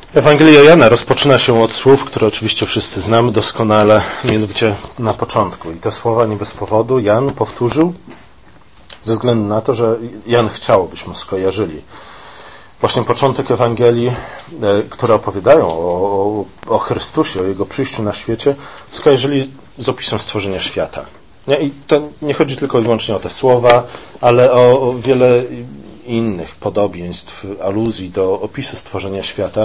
Ewangelia Jana rozpoczyna się od słów, które oczywiście wszyscy znamy doskonale, mianowicie na początku. I te słowa nie bez powodu Jan powtórzył ze względu na to, że Jan chciał, byśmy skojarzyli właśnie początek Ewangelii, które opowiadają o Chrystusie, o Jego przyjściu na świecie, skojarzyli z opisem stworzenia świata. I to nie chodzi tylko i wyłącznie o te słowa, ale o wiele innych podobieństw, aluzji do opisu stworzenia świata.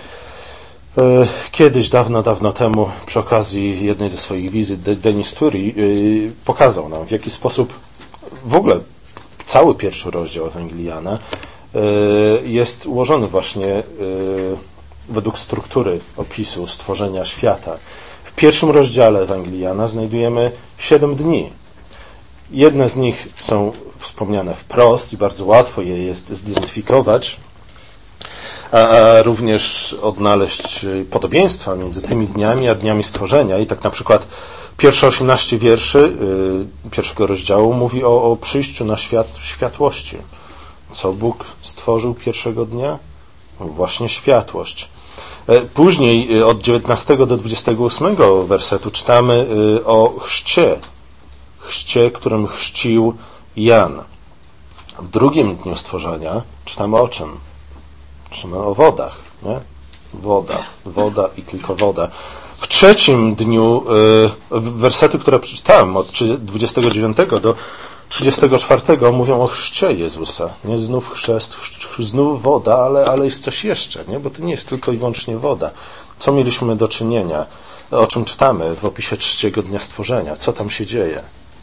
Kiedyś, dawno temu, przy okazji jednej ze swoich wizyt, Denis Turi pokazał nam, w jaki sposób w ogóle cały pierwszy rozdział Ewangelii Jana jest ułożony właśnie według struktury opisu stworzenia świata. W pierwszym rozdziale Ewangelii Jana znajdujemy 7 dni. Jedne z nich są wspomniane wprost i bardzo łatwo je jest zidentyfikować, a również odnaleźć podobieństwa między tymi dniami a dniami stworzenia. I tak na przykład pierwsze 18 wierszy pierwszego rozdziału mówi o przyjściu na świat światłości. Co Bóg stworzył pierwszego dnia? Właśnie światłość. Później od 19 do 28 wersetu czytamy o chrzcie, którym chrzcił Jan. W drugim dniu stworzenia czytamy o czym? Czytamy o wodach, nie? Woda i tylko woda. W trzecim dniu wersety, które przeczytałem od 29 do 34 mówią o chrzcie Jezusa. Nie znów chrzest, znów woda, ale jest coś jeszcze, nie? Bo to nie jest tylko i wyłącznie woda. Co mieliśmy do czynienia? O czym czytamy w opisie trzeciego dnia stworzenia? Co tam się dzieje?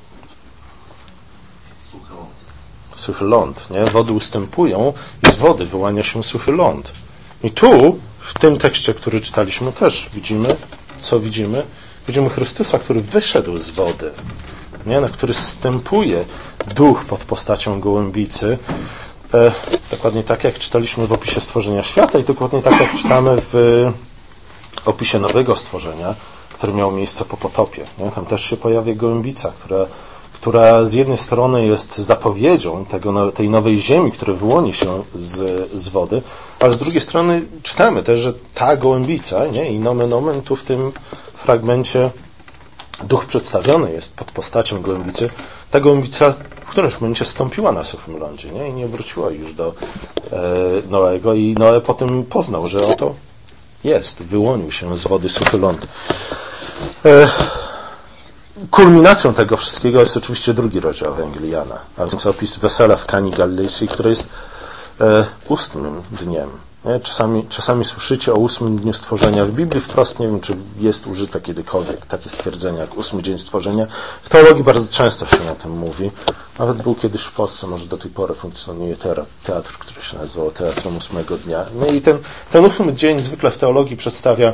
Suchy ląd, nie? Wody ustępują i z wody wyłania się suchy ląd. I tu, w tym tekście, który czytaliśmy, też widzimy, co widzimy? Widzimy Chrystusa, który wyszedł z wody, nie? Na który zstępuje duch pod postacią gołębicy. Dokładnie tak, jak czytaliśmy w opisie stworzenia świata i dokładnie tak, jak czytamy w opisie nowego stworzenia, które miało miejsce po potopie. Nie? Tam też się pojawia gołębica, która z jednej strony jest zapowiedzią tej nowej ziemi, która wyłoni się z wody, ale z drugiej strony czytamy też, że ta gołębica, nie? I nomen omen, tu w tym fragmencie duch przedstawiony jest pod postacią gołębicy. Ta gołębica w którymś momencie stąpiła na suchym lądzie, nie? I nie wróciła już do Noego i Noe potem poznał, że oto jest, wyłonił się z wody suchy ląd. Kulminacją tego wszystkiego jest oczywiście drugi rozdział Ewangelii Jana, a więc opis wesela w Kani Galilejskiej, które jest 8 dniem. Nie? Czasami słyszycie o 8 dniu stworzenia. W Biblii wprost nie wiem, czy jest użyte kiedykolwiek takie stwierdzenie jak 8 dzień stworzenia. W teologii bardzo często się o tym mówi. Nawet był kiedyś w Polsce, może do tej pory funkcjonuje teatr, który się nazywał Teatrem 8 dnia. No i ten 8 dzień zwykle w teologii przedstawia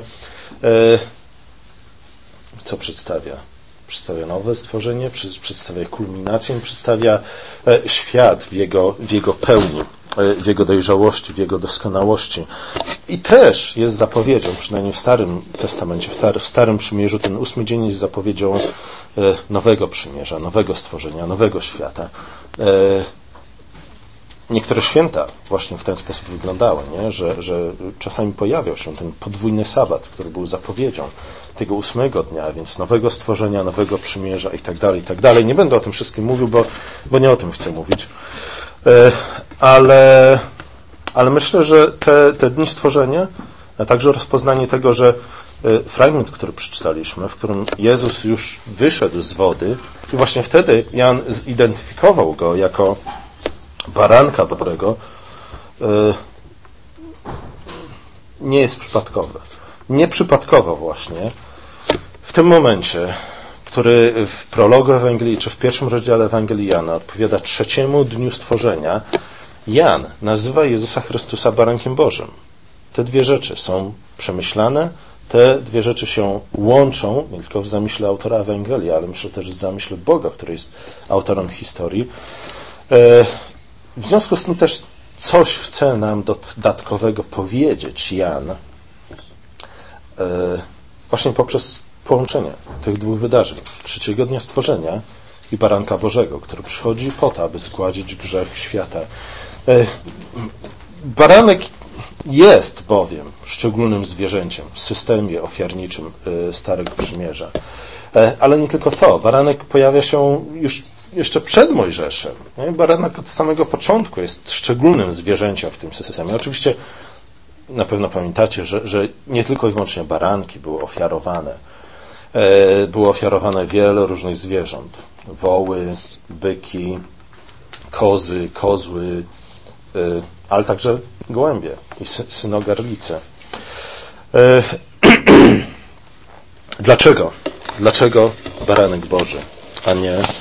co przedstawia? Przedstawia nowe stworzenie, przedstawia kulminację, przedstawia świat w jego pełni, w jego dojrzałości, w jego doskonałości. I też jest zapowiedzią, przynajmniej w Starym Testamencie, w Starym Przymierzu, ten 8 dzień jest zapowiedzią nowego przymierza, nowego stworzenia, nowego świata. Niektóre święta właśnie w ten sposób wyglądały, nie? Że czasami pojawiał się ten podwójny sabat, który był zapowiedzią tego 8 dnia, więc nowego stworzenia, nowego przymierza i tak dalej. Nie będę o tym wszystkim mówił, bo nie o tym chcę mówić. Ale myślę, że te dni stworzenia, a także rozpoznanie tego, że fragment, który przeczytaliśmy, w którym Jezus już wyszedł z wody i właśnie wtedy Jan zidentyfikował go jako baranka Bożego, nie jest przypadkowe. Nieprzypadkowo właśnie w tym momencie, który w prologu Ewangelii, czy w pierwszym rozdziale Ewangelii Jana odpowiada trzeciemu dniu stworzenia, Jan nazywa Jezusa Chrystusa barankiem Bożym. Te dwie rzeczy są przemyślane, te dwie rzeczy się łączą, nie tylko w zamyśle autora Ewangelii, ale myślę też w zamyśle Boga, który jest autorem historii. W związku z tym też coś chce nam dodatkowego powiedzieć Jan, właśnie poprzez połączenie tych dwóch wydarzeń, trzeciego dnia stworzenia i baranka Bożego, który przychodzi po to, aby zgładzić grzech świata. Baranek Jest bowiem szczególnym zwierzęciem w systemie ofiarniczym Starego Przymierza. Ale nie tylko to. Baranek pojawia się już jeszcze przed Mojżeszem. Baranek od samego początku jest szczególnym zwierzęciem w tym systemie. Oczywiście na pewno pamiętacie, że nie tylko i wyłącznie baranki były ofiarowane. Było ofiarowane wiele różnych zwierząt. Woły, byki, kozy, kozły, ale także gołębie i synogarlice. Dlaczego? Dlaczego baranek Boży, a nie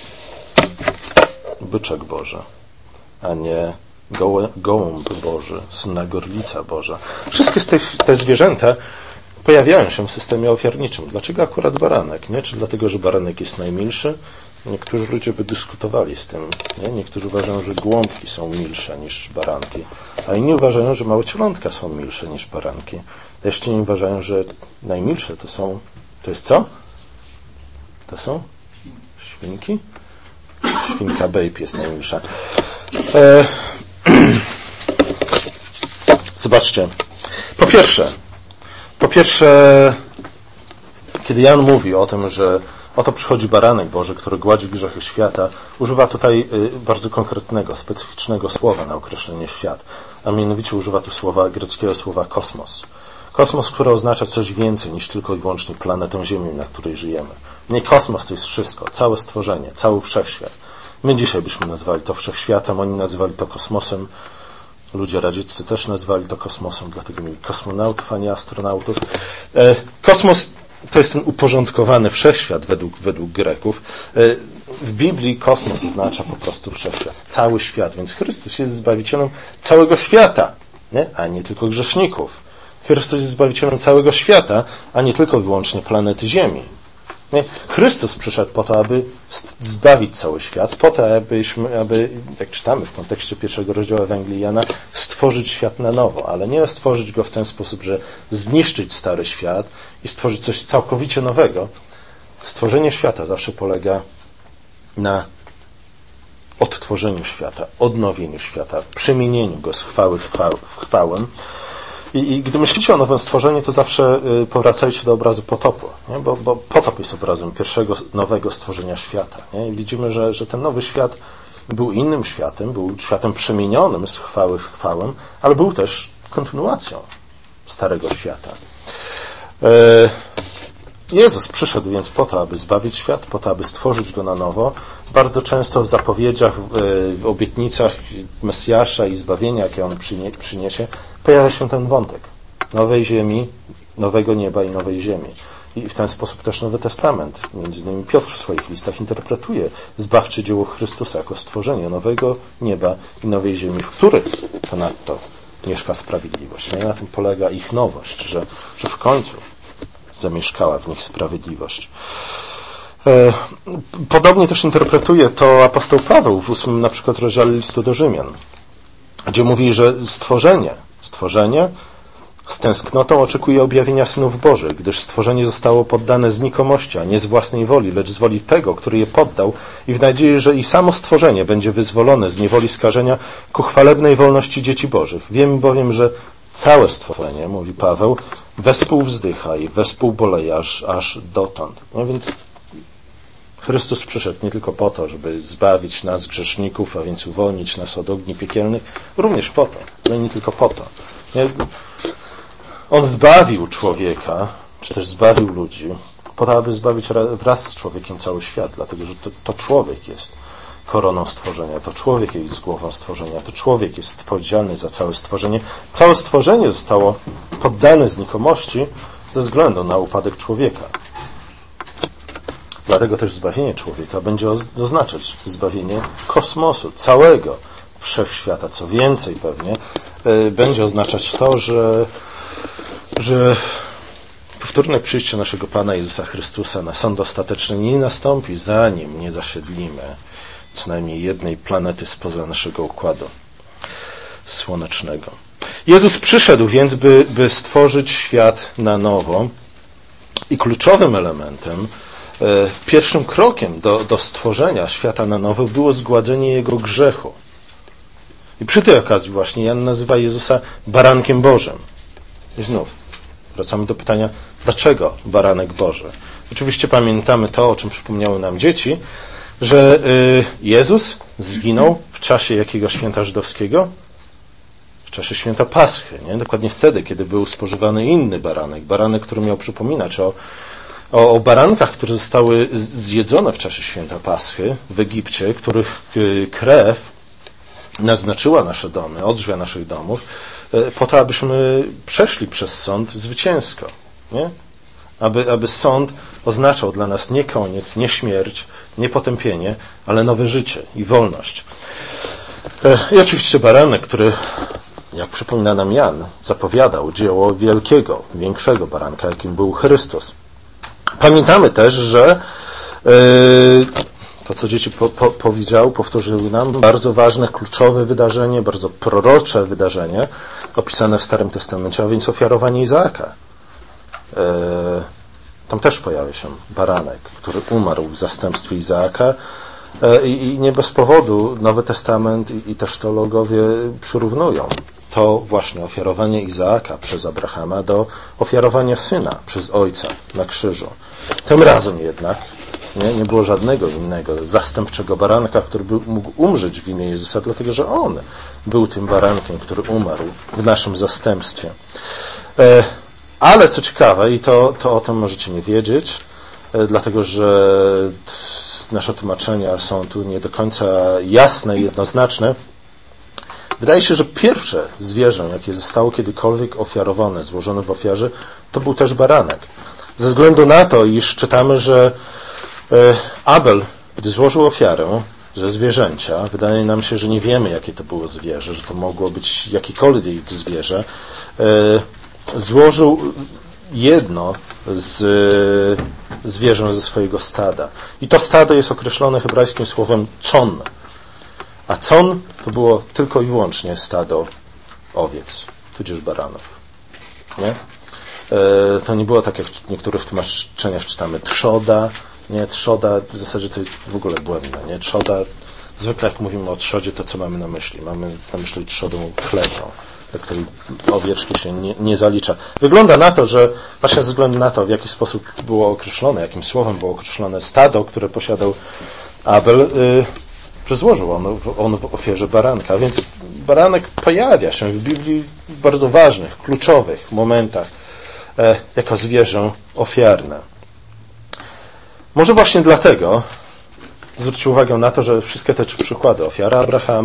byczek Boży, a nie gołąb Boży, synagorlica Boża? Wszystkie te zwierzęta pojawiają się w systemie ofiarniczym. Dlaczego akurat baranek? Nie? Czy dlatego, że baranek jest najmilszy? Niektórzy ludzie by dyskutowali z tym. Nie? Niektórzy uważają, że gołąbki są milsze niż baranki, a inni uważają, że małe cielątka są milsze niż baranki. A jeszcze inni uważają, że najmilsze to jest co? To są świnki? Świnka Babe jest najmilsza. Zobaczcie. Po pierwsze, kiedy Jan mówi o tym, że oto przychodzi baranek Boży, który gładzi grzechy świata, używa tutaj bardzo konkretnego, specyficznego słowa na określenie świat, a mianowicie używa tu greckiego słowa kosmos. Kosmos, które oznacza coś więcej niż tylko i wyłącznie planetę Ziemię, na której żyjemy. Nie, kosmos to jest wszystko, całe stworzenie, cały wszechświat. My dzisiaj byśmy nazwali to wszechświatem, oni nazywali to kosmosem. Ludzie radzieccy też nazwali to kosmosem, dlatego mieli kosmonautów, a nie astronautów. Kosmos to jest ten uporządkowany wszechświat według Greków. W Biblii kosmos oznacza po prostu wszechświat, cały świat, więc Chrystus jest Zbawicielem całego świata, nie? A nie tylko grzeszników. Chrystus jest Zbawicielem całego świata, a nie tylko wyłącznie planety Ziemi. Nie? Chrystus przyszedł po to, aby zbawić cały świat, po to, aby, jak czytamy w kontekście pierwszego rozdziału Ewangelii Jana, stworzyć świat na nowo, ale nie stworzyć go w ten sposób, że zniszczyć stary świat i stworzyć coś całkowicie nowego. Stworzenie świata zawsze polega na odtworzeniu świata, odnowieniu świata, przemienieniu go z chwały w chwałę. I gdy myślicie o nowym stworzeniu, to zawsze powracajcie do obrazu potopu, nie? Bo potop jest obrazem pierwszego nowego stworzenia świata. Nie? I widzimy, że ten nowy świat był innym światem, był światem przemienionym z chwały w chwałę, ale był też kontynuacją starego świata. Jezus przyszedł więc po to, aby zbawić świat, po to, aby stworzyć go na nowo. Bardzo często w zapowiedziach, w obietnicach Mesjasza i zbawienia, jakie on przyniesie, pojawia się ten wątek nowej ziemi, nowego nieba i nowej ziemi. I w ten sposób też Nowy Testament, między innymi Piotr w swoich listach, interpretuje zbawcze dzieło Chrystusa jako stworzenie nowego nieba i nowej ziemi, w których ponadto mieszka sprawiedliwość. No i na tym polega ich nowość, że w końcu zamieszkała w nich sprawiedliwość. Podobnie też interpretuje to apostoł Paweł w 8 na przykład rozdziale listu do Rzymian, gdzie mówi, że stworzenie z tęsknotą oczekuje objawienia synów Bożych, gdyż stworzenie zostało poddane znikomości, a nie z własnej woli, lecz z woli tego, który je poddał, i w nadziei, że i samo stworzenie będzie wyzwolone z niewoli skażenia ku chwalebnej wolności dzieci Bożych. Wiemy bowiem, że całe stworzenie, mówi Paweł, wespół wzdycha i wespół boleje aż dotąd. No więc Chrystus przyszedł nie tylko po to, żeby zbawić nas grzeszników, a więc uwolnić nas od ogni piekielnych, również po to, no i nie tylko po to. On zbawił człowieka, czy też zbawił ludzi, po to, aby zbawić wraz z człowiekiem cały świat, dlatego że to człowiek jest koroną stworzenia, to człowiek jest głową stworzenia, to człowiek jest odpowiedzialny za całe stworzenie. Całe stworzenie zostało poddane znikomości ze względu na upadek człowieka. Dlatego też zbawienie człowieka będzie oznaczać zbawienie kosmosu, całego wszechświata. Co więcej pewnie, będzie oznaczać to, że powtórne przyjście naszego Pana Jezusa Chrystusa na sąd ostateczny nie nastąpi, zanim nie zasiedlimy co najmniej jednej planety spoza naszego układu słonecznego. Jezus przyszedł więc, by stworzyć świat na nowo i kluczowym elementem, pierwszym krokiem do stworzenia świata na nowo było zgładzenie jego grzechu. I przy tej okazji właśnie Jan nazywa Jezusa barankiem Bożym. I znów wracamy do pytania, dlaczego baranek Boży? Oczywiście pamiętamy to, o czym przypomniały nam dzieci, że Jezus zginął w czasie jakiego święta żydowskiego? W czasie święta Paschy, nie? Dokładnie wtedy, kiedy był spożywany inny baranek, który miał przypominać o barankach, które zostały zjedzone w czasie święta Paschy w Egipcie, których krew naznaczyła nasze domy, odrzwia naszych domów, po to, abyśmy przeszli przez sąd zwycięsko. Nie? Aby sąd oznaczał dla nas nie koniec, nie śmierć, nie potępienie, ale nowe życie i wolność. I oczywiście baranek, który, jak przypomina nam Jan, zapowiadał dzieło wielkiego, większego baranka, jakim był Chrystus. Pamiętamy też, że to, co dzieci powtórzyły nam, bardzo ważne, kluczowe wydarzenie, bardzo prorocze wydarzenie, opisane w Starym Testamencie, a więc ofiarowanie Izaaka. Tam też pojawia się baranek, który umarł w zastępstwie Izaaka i nie bez powodu Nowy Testament i też teologowie przyrównują to właśnie ofiarowanie Izaaka przez Abrahama do ofiarowania syna przez ojca na krzyżu. Tym razem jednak nie było żadnego innego zastępczego baranka, który mógł umrzeć w imię Jezusa, dlatego że On był tym barankiem, który umarł w naszym zastępstwie. Ale co ciekawe, i to o tym możecie nie wiedzieć, dlatego że nasze tłumaczenia są tu nie do końca jasne i jednoznaczne. Wydaje się, że pierwsze zwierzę, jakie zostało kiedykolwiek ofiarowane, złożone w ofierze, to był też baranek. Ze względu na to, iż czytamy, że Abel, gdy złożył ofiarę ze zwierzęcia, wydaje nam się, że nie wiemy, jakie to było zwierzę, że to mogło być jakiekolwiek zwierzę, złożył jedno z zwierząt ze swojego stada. I to stado jest określone hebrajskim słowem con. A con to było tylko i wyłącznie stado owiec, tudzież baranów. Nie? To nie było tak, jak w niektórych tłumaczeniach czytamy trzoda. Nie, trzoda w zasadzie to jest w ogóle błędne. Nie? Trzoda, zwykle jak mówimy o trzodzie, to co mamy na myśli? Mamy na myśli trzodę chlewną, do której owieczki się nie zalicza. Wygląda na to, że właśnie ze względu na to, w jaki sposób było określone, jakim słowem było określone stado, które posiadał Abel, że złożył on w ofierze baranka. Więc baranek pojawia się w Biblii w bardzo ważnych, kluczowych momentach jako zwierzę ofiarne. Może właśnie dlatego zwróćcie uwagę na to, że wszystkie te 3 przykłady, ofiara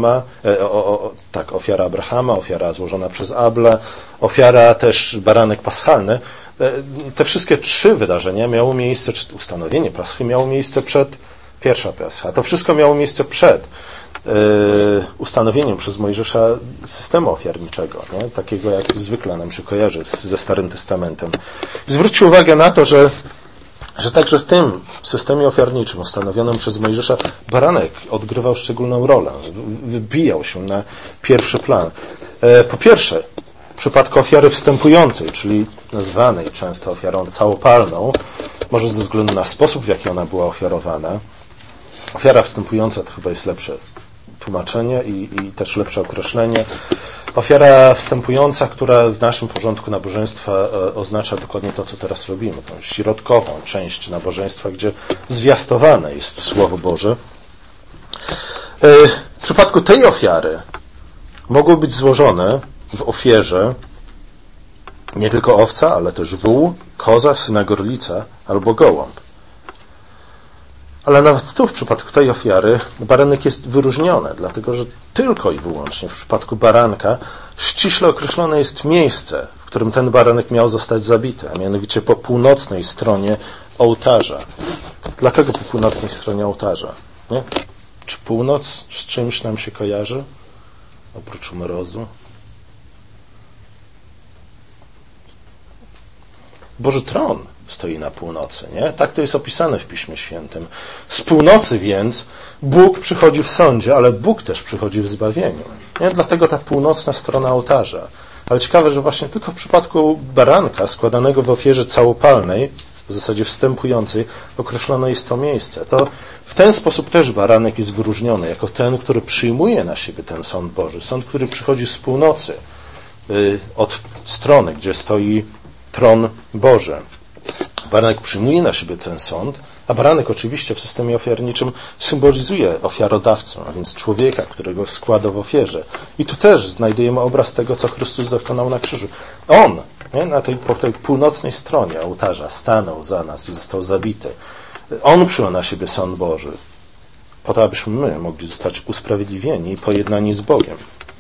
Abrahama, ofiara złożona przez Abla, ofiara też baranek paschalny, te wszystkie 3 wydarzenia miały miejsce, czy ustanowienie Paschy miało miejsce przed pierwsza Pascha. To wszystko miało miejsce przed ustanowieniem przez Mojżesza systemu ofiarniczego, nie? Takiego, jak zwykle nam się kojarzy ze Starym Testamentem. Zwróćcie uwagę na to, że także w tym systemie ofiarniczym ustanowionym przez Mojżesza baranek odgrywał szczególną rolę, wybijał się na pierwszy plan. Po pierwsze, w przypadku ofiary wstępującej, czyli nazwanej często ofiarą całopalną, może ze względu na sposób, w jaki ona była ofiarowana, ofiara wstępująca to chyba jest lepsze tłumaczenie i też lepsze określenie. Ofiara wstępująca, która w naszym porządku nabożeństwa oznacza dokładnie to, co teraz robimy, tą środkową część nabożeństwa, gdzie zwiastowane jest Słowo Boże. W przypadku tej ofiary mogło być złożone w ofierze nie tylko owca, ale też wół, koza, syna gorlica albo gołąb. Ale nawet tu w przypadku tej ofiary baranek jest wyróżniony, dlatego że tylko i wyłącznie w przypadku baranka ściśle określone jest miejsce, w którym ten baranek miał zostać zabity, a mianowicie po północnej stronie ołtarza. Dlaczego po północnej stronie ołtarza? Nie? Czy północ z czymś nam się kojarzy? Oprócz mrozu? Boży tron stoi na północy, nie? Tak to jest opisane w Piśmie Świętym. Z północy więc Bóg przychodzi w sądzie, ale Bóg też przychodzi w zbawieniu. Nie? Dlatego ta północna strona ołtarza. Ale ciekawe, że właśnie tylko w przypadku baranka składanego w ofierze całopalnej w zasadzie wstępującej, określone jest to miejsce. To w ten sposób też baranek jest wyróżniony jako ten, który przyjmuje na siebie ten sąd Boży. Sąd, który przychodzi z północy, od strony, gdzie stoi tron Boży. Baranek przyjmuje na siebie ten sąd, a baranek oczywiście w systemie ofiarniczym symbolizuje ofiarodawcę, a więc człowieka, którego składa w ofierze. I tu też znajdujemy obraz tego, co Chrystus dokonał na krzyżu. On, po tej północnej stronie ołtarza stanął za nas i został zabity. On przyjął na siebie sąd Boży, po to, abyśmy my mogli zostać usprawiedliwieni i pojednani z Bogiem.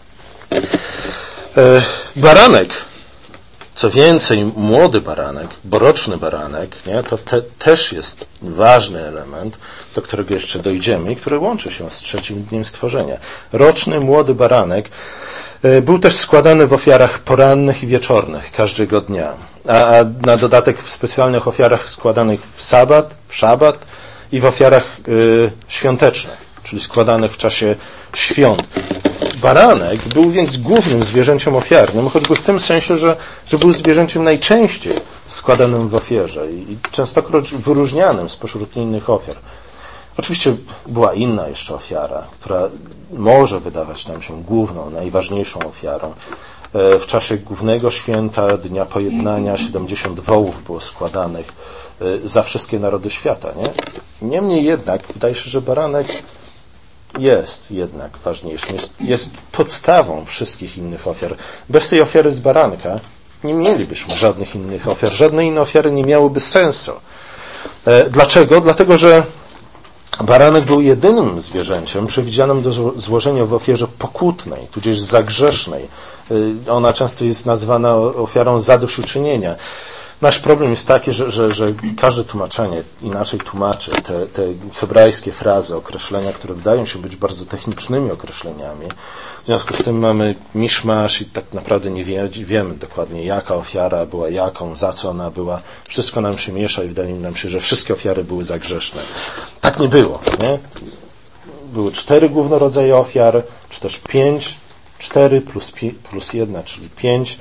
Baranek, co więcej, młody baranek, boroczny baranek, to też jest ważny element, do którego jeszcze dojdziemy i który łączy się z trzecim dniem stworzenia. Roczny, młody baranek był też składany w ofiarach porannych i wieczornych każdego dnia, a na dodatek w specjalnych ofiarach składanych w szabat i w ofiarach świątecznych, czyli składanych w czasie świąt. Baranek był więc głównym zwierzęciem ofiarnym, choćby w tym sensie, że był zwierzęciem najczęściej składanym w ofierze i częstokroć wyróżnianym spośród innych ofiar. Oczywiście była inna jeszcze ofiara, która może wydawać nam się główną, najważniejszą ofiarą. W czasie głównego święta, Dnia Pojednania, 70 wołów było składanych za wszystkie narody świata. Niemniej jednak wydaje się, że baranek jest jednak ważniejszym, jest podstawą wszystkich innych ofiar. Bez tej ofiary z baranka nie mielibyśmy żadnych innych ofiar. Żadne inne ofiary nie miałyby sensu. Dlaczego? Dlatego, że baranek był jedynym zwierzęciem przewidzianym do złożenia w ofierze pokutnej, tudzież zagrzesznej. Ona często jest nazywana ofiarą zadośćuczynienia. Nasz problem jest taki, że każde tłumaczenie inaczej tłumaczy te hebrajskie frazy, określenia, które wydają się być bardzo technicznymi określeniami. W związku z tym mamy miszmasz i tak naprawdę nie wiemy dokładnie, jaka ofiara była jaką, za co ona była. Wszystko nam się miesza i wydaje nam się, że wszystkie ofiary były zagrzeszne. Tak nie było. Nie? Były 4 główne rodzaje ofiar, czy też 5, 4 plus 1, czyli 5.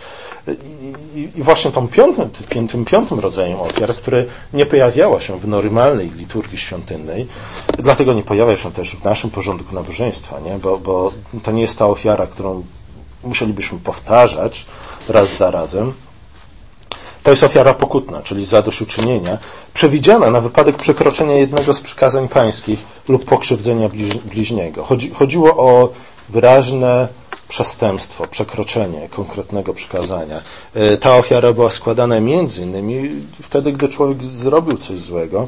I właśnie tym piątym rodzajem ofiar, które nie pojawiało się w normalnej liturgii świątynnej, dlatego nie pojawia się też w naszym porządku nabożeństwa, bo to nie jest ta ofiara, którą musielibyśmy powtarzać raz za razem. To jest ofiara pokutna, czyli zadośćuczynienia, przewidziana na wypadek przekroczenia jednego z przykazań pańskich lub pokrzywdzenia bliźniego. Chodziło o wyraźne przestępstwo, przekroczenie konkretnego przykazania. Ta ofiara była składana między innymi wtedy, gdy człowiek zrobił coś złego.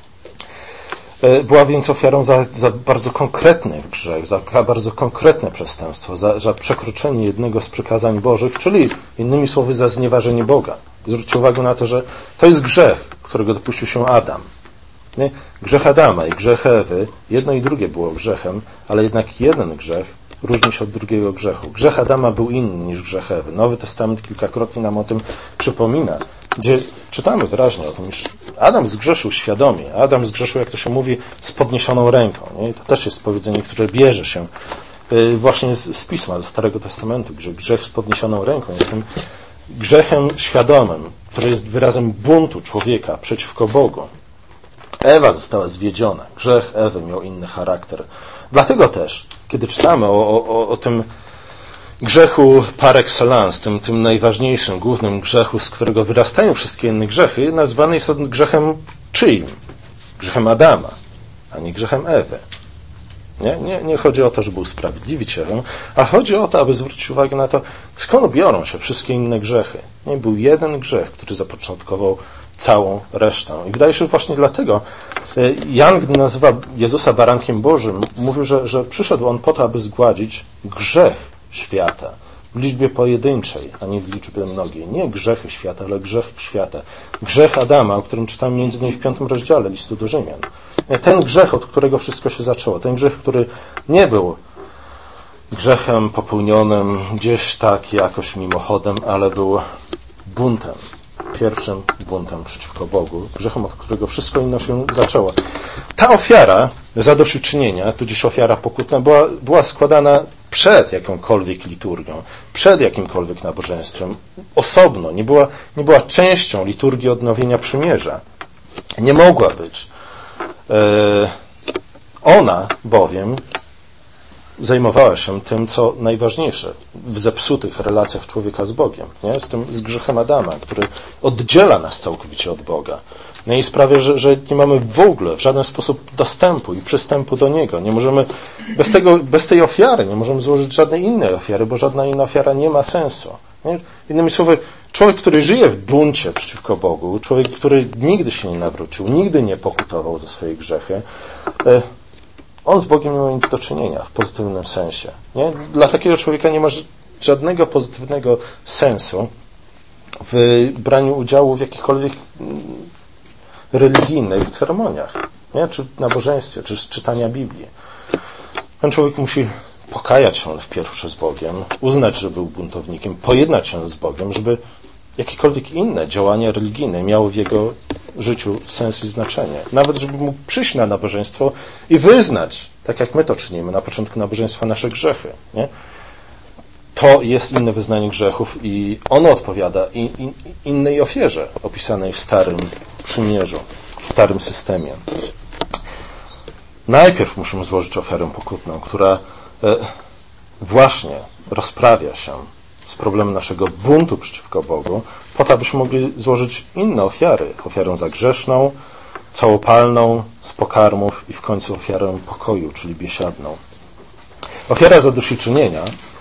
Była więc ofiarą za bardzo konkretny grzech, za bardzo konkretne przestępstwo, za przekroczenie jednego z przykazań Bożych, czyli innymi słowy za znieważenie Boga. Zwróćcie uwagę na to, że to jest grzech, którego dopuścił się Adam. Nie? Grzech Adama i grzech Ewy, jedno i drugie było grzechem, ale jednak jeden grzech różni się od drugiego grzechu. Grzech Adama był inny niż grzech Ewy. Nowy Testament kilkakrotnie nam o tym przypomina, gdzie czytamy wyraźnie o tym, iż Adam zgrzeszył świadomie. Adam zgrzeszył, jak to się mówi, z podniesioną ręką. Nie? To też jest powiedzenie, które bierze się właśnie z Pisma, ze Starego Testamentu, gdzie grzech z podniesioną ręką jest tym grzechem świadomym, który jest wyrazem buntu człowieka przeciwko Bogu. Ewa została zwiedziona. Grzech Ewy miał inny charakter. Dlatego też, kiedy czytamy o tym grzechu par excellence, tym najważniejszym, głównym grzechu, z którego wyrastają wszystkie inne grzechy, nazwany jest on grzechem czyim? Grzechem Adama, a nie grzechem Ewy. Nie chodzi o to, żeby usprawiedliwić Ewę, a chodzi o to, aby zwrócić uwagę na to, skąd biorą się wszystkie inne grzechy. Nie był jeden grzech, który zapoczątkował całą resztę. I wydaje się, że właśnie dlatego Jan, gdy nazywa Jezusa barankiem Bożym, mówił, że przyszedł On po to, aby zgładzić grzech świata w liczbie pojedynczej, a nie w liczbie mnogiej. Nie grzechy świata, ale grzech świata. Grzech Adama, o którym czytamy między innymi w 5 rozdziale listu do Rzymian. Ten grzech, od którego wszystko się zaczęło. Ten grzech, który nie był grzechem popełnionym gdzieś tak jakoś mimochodem, ale był buntem. Pierwszym buntem przeciwko Bogu, grzechem, od którego wszystko inne się zaczęło. Ta ofiara zadośćuczynienia, tudzież ofiara pokutna, była składana przed jakąkolwiek liturgią, przed jakimkolwiek nabożeństwem, osobno, nie była częścią liturgii odnowienia przymierza. Nie mogła być. Ona bowiem zajmowała się tym, co najważniejsze w zepsutych relacjach człowieka z Bogiem, nie? Z grzechem Adama, który oddziela nas całkowicie od Boga. No i sprawia, że nie mamy w ogóle w żaden sposób dostępu i przystępu do Niego. Nie możemy, bez tej ofiary nie możemy złożyć żadnej innej ofiary, bo żadna inna ofiara nie ma sensu. Nie? Innymi słowy, człowiek, który żyje w buncie przeciwko Bogu, człowiek, który nigdy się nie nawrócił, nigdy nie pokutował za swoje grzechy, on z Bogiem nie ma nic do czynienia w pozytywnym sensie. Nie? Dla takiego człowieka nie ma żadnego pozytywnego sensu w braniu udziału w jakichkolwiek religijnych ceremoniach, nie? Czy nabożeństwie, czy czytania Biblii. Ten człowiek musi pokajać się wpierw z Bogiem, uznać, że był buntownikiem, pojednać się z Bogiem, żeby jakiekolwiek inne działania religijne miały w jego życiu sens i znaczenie. Nawet, żeby mógł przyjść na nabożeństwo i wyznać, tak jak my to czynimy na początku nabożeństwa, nasze grzechy. Nie? To jest inne wyznanie grzechów i ono odpowiada innej ofierze opisanej w Starym Przymierzu, w Starym Systemie. Najpierw musimy złożyć ofiarę pokutną, która właśnie rozprawia się z problemem naszego buntu przeciwko Bogu, po to, abyśmy mogli złożyć inne ofiary. Ofiarę zagrzeszną, całopalną, z pokarmów i w końcu ofiarę pokoju, czyli biesiadną. Ofiara zadośćuczynienia,